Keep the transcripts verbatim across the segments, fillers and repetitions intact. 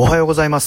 おはようございます。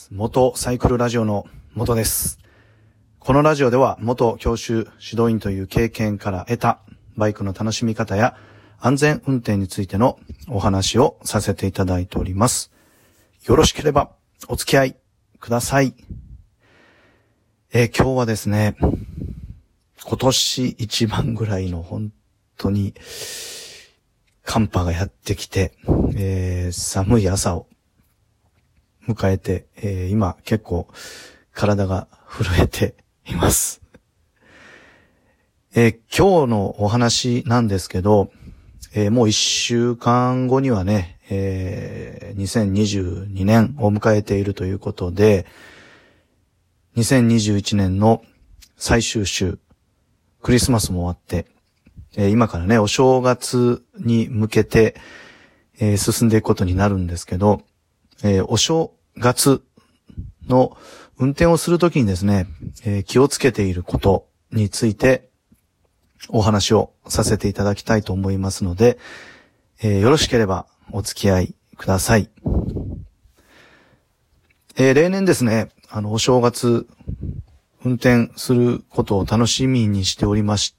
元サイクルラジオの元です。このラジオでは元教習指導員という経験から得たバイクの楽しみ方や安全運転についてのお話をさせていただいております。よろしければお付き合いください。えー、今日はですね、今年一番ぐらいの本当に寒波がやってきて、えー、寒い朝を迎えて、えー、今結構体が震えています。えー、今日のお話なんですけど、えー、もう一週間後にはね、えー、にせんにじゅうにねんを迎えているということで、にせんにじゅういちねんの最終週、クリスマスも終わって、えー、今からね、お正月に向けて、えー、進んでいくことになるんですけど、えー、お正月の運転をするときにですね、えー、気をつけていることについてお話をさせていただきたいと思いますので、えー、よろしければお付き合いください。えー、例年ですね、あの、お正月運転することを楽しみにしておりまして、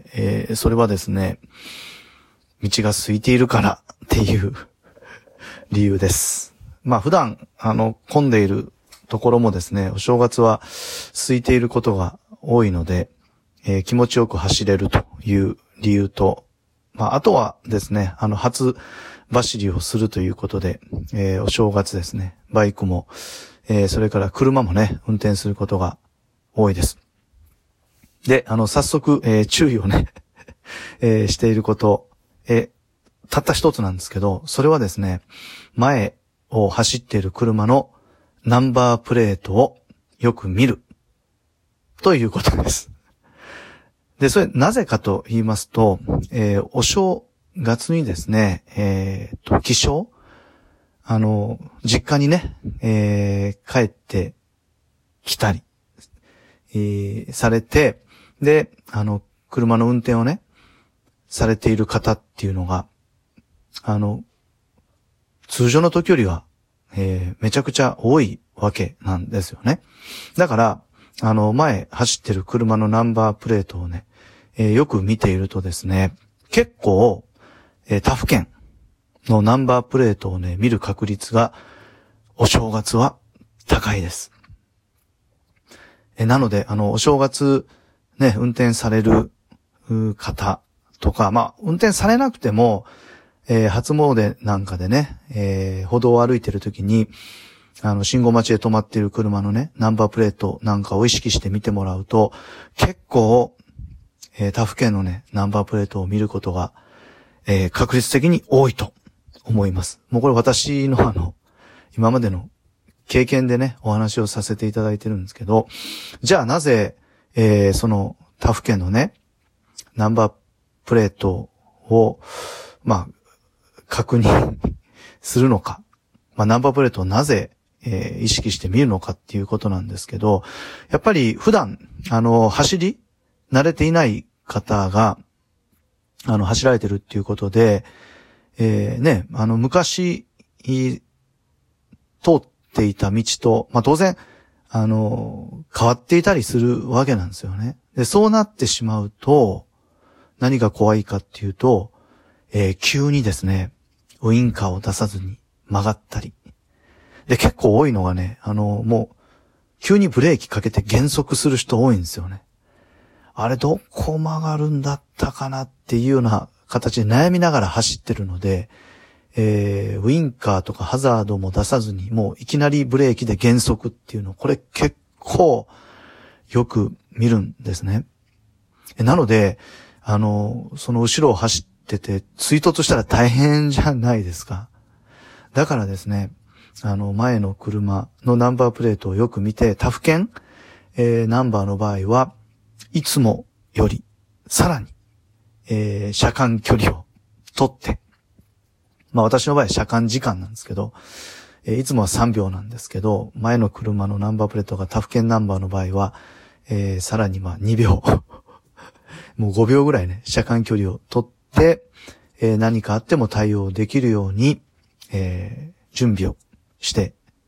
えー、それはですね、道が空いているからっていう理由です。まあ普段、あの、混んでいるところもですね、お正月は空いていることが多いので、えー、気持ちよく走れるという理由と、まああとはですね、あの、初走りをするということで、えー、お正月ですね、バイクも、えー、それから車もね、運転することが多いです。で、あの、早速、えー、注意をね、えー、していること、えー、たった一つなんですけど、それはですね、前を走っている車のナンバープレートをよく見るということです。で、それなぜかと言いますと、えー、お正月にですね、えー、と、起床あの、実家にね、えー、帰ってきたり、えー、されて、で、あの、車の運転をね、されている方っていうのが、あの、通常の時よりは、えー、めちゃくちゃ多いわけなんですよね。だから、あの、前走ってる車のナンバープレートをね、えー、よく見ているとですね、結構、えー、他府県のナンバープレートをね、見る確率が、お正月は高いです。えー、なので、あの、お正月、ね、運転される方とか、まあ、運転されなくても、えー、初詣なんかでね、えー、歩道を歩いてるときに、あの、信号待ちで止まっている車のね、ナンバープレートなんかを意識して見てもらうと、結構、えー、他府県のね、ナンバープレートを見ることが、えー、確率的に多いと思います。もうこれ私のあの、今までの経験でね、お話をさせていただいてるんですけど、じゃあなぜ、えー、その他府県のね、ナンバープレートを、まあ、確認するのか。まあ、ナンバープレートをなぜ、えー、意識して見るのかっていうことなんですけど、やっぱり普段、あの、走り慣れていない方が、あの、走られてるっていうことで、えー、ね、あの、昔、通っていた道と、まあ、当然、あの、変わっていたりするわけなんですよね。で、そうなってしまうと、何が怖いかっていうと、えー、急にですね、ウインカーを出さずに曲がったり。で、結構多いのがね、あの、もう、急にブレーキかけて減速する人多いんですよね。あれどこ曲がるんだったかなっていうような形で悩みながら走ってるので、えー、ウインカーとかハザードも出さずに、もういきなりブレーキで減速っていうの、これ結構よく見るんですね。なので、あの、その後ろを走っててて、追突したら大変じゃないですか。だからですね、あの、前の車のナンバープレートをよく見て、他府県、えー、ナンバーの場合は、いつもより、さらに、えー、車間距離を取って、まあ私の場合は車間時間なんですけど、えー、いつもはさんびょうなんですけど、前の車のナンバープレートが他府県ナンバーの場合は、えー、さらにまあにびょう、もうごびょうぐらいね、車間距離を取って、で、えー、何かあっても対応できるように、えー、準備をして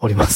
おります。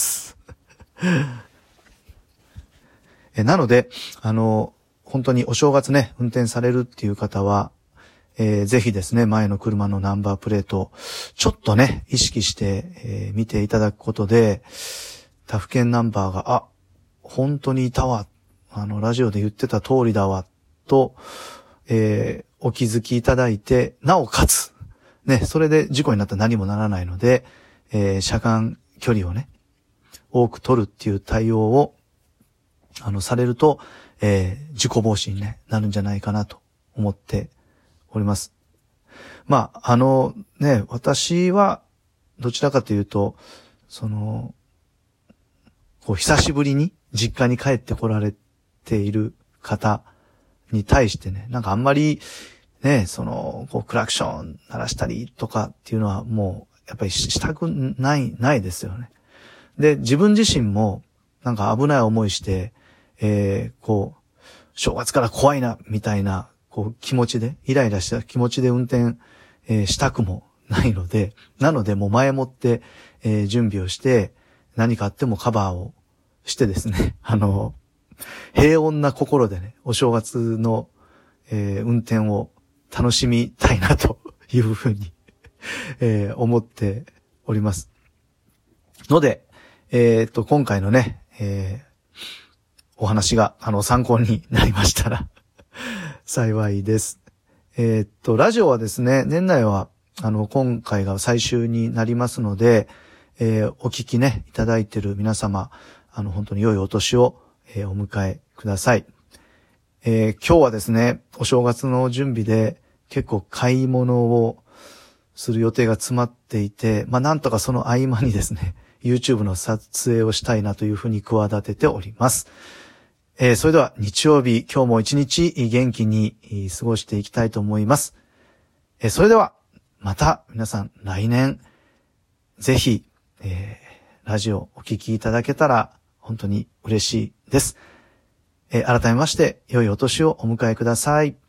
えなので、あの、本当にお正月ね、運転されるっていう方は、えー、ぜひですね、前の車のナンバープレートをちょっとね、意識して、えー、見ていただくことで、他府県ナンバーが、あ、本当にいたわ、あの、ラジオで言ってた通りだわ、と、えー、お気づきいただいて、なおかつ、ね、それで事故になったら何もならないので、えー、車間距離をね、多く取るっていう対応を、あの、されると、えー、事故防止に、ね、なるんじゃないかなと思っております。まあ、あの、ね、私は、どちらかというと、その、こう、久しぶりに実家に帰ってこられている方に対してね、なんかあんまり、ね、その、こう、クラクション鳴らしたりとかっていうのはもう、やっぱりしたくない、ないですよね。で、自分自身も、なんか危ない思いして、えー、こう、正月から怖いな、みたいな、こう、気持ちで、イライラした気持ちで運転、えー、したくもないので、なのでもう前もって、えー、準備をして、何かあってもカバーをしてですね、あの、平穏な心でね、お正月の、えー、運転を楽しみたいなというふうに、えー、思っております。ので、えー、っと、今回のね、えー、お話が、あの、参考になりましたら、幸いです。えー、っと、ラジオはですね、年内は、あの、今回が最終になりますので、えー、お聞きね、いただいている皆様、あの、本当に良いお年を、えー、お迎えください。えー、今日はですね、お正月の準備で結構買い物をする予定が詰まっていて、まあ、なんとかその合間にですね、YouTube の撮影をしたいなというふうに企てております。えー、それでは日曜日、今日も一日元気に過ごしていきたいと思います。えー、それでは、また皆さん来年、ぜひ、えー、ラジオお聞きいただけたら本当に嬉しいです。えー、改めまして、良いお年をお迎えください。